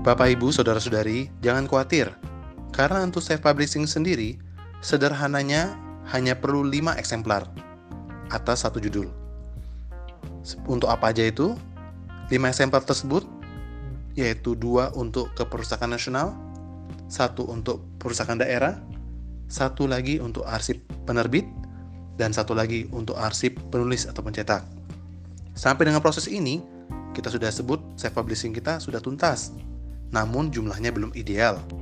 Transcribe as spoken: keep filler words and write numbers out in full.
Bapak Ibu, Saudara-saudari, jangan khawatir. Karena untuk self-publishing sendiri, sederhananya hanya perlu lima eksemplar atas satu judul. Untuk apa aja itu? lima eksemplar tersebut yaitu dua untuk ke Perpustakaan Nasional, satu untuk Perpustakaan Daerah, satu lagi untuk arsip penerbit, dan satu lagi untuk arsip penulis atau pencetak. Sampai dengan proses ini, kita sudah sebut self-publishing kita sudah tuntas, namun jumlahnya belum ideal.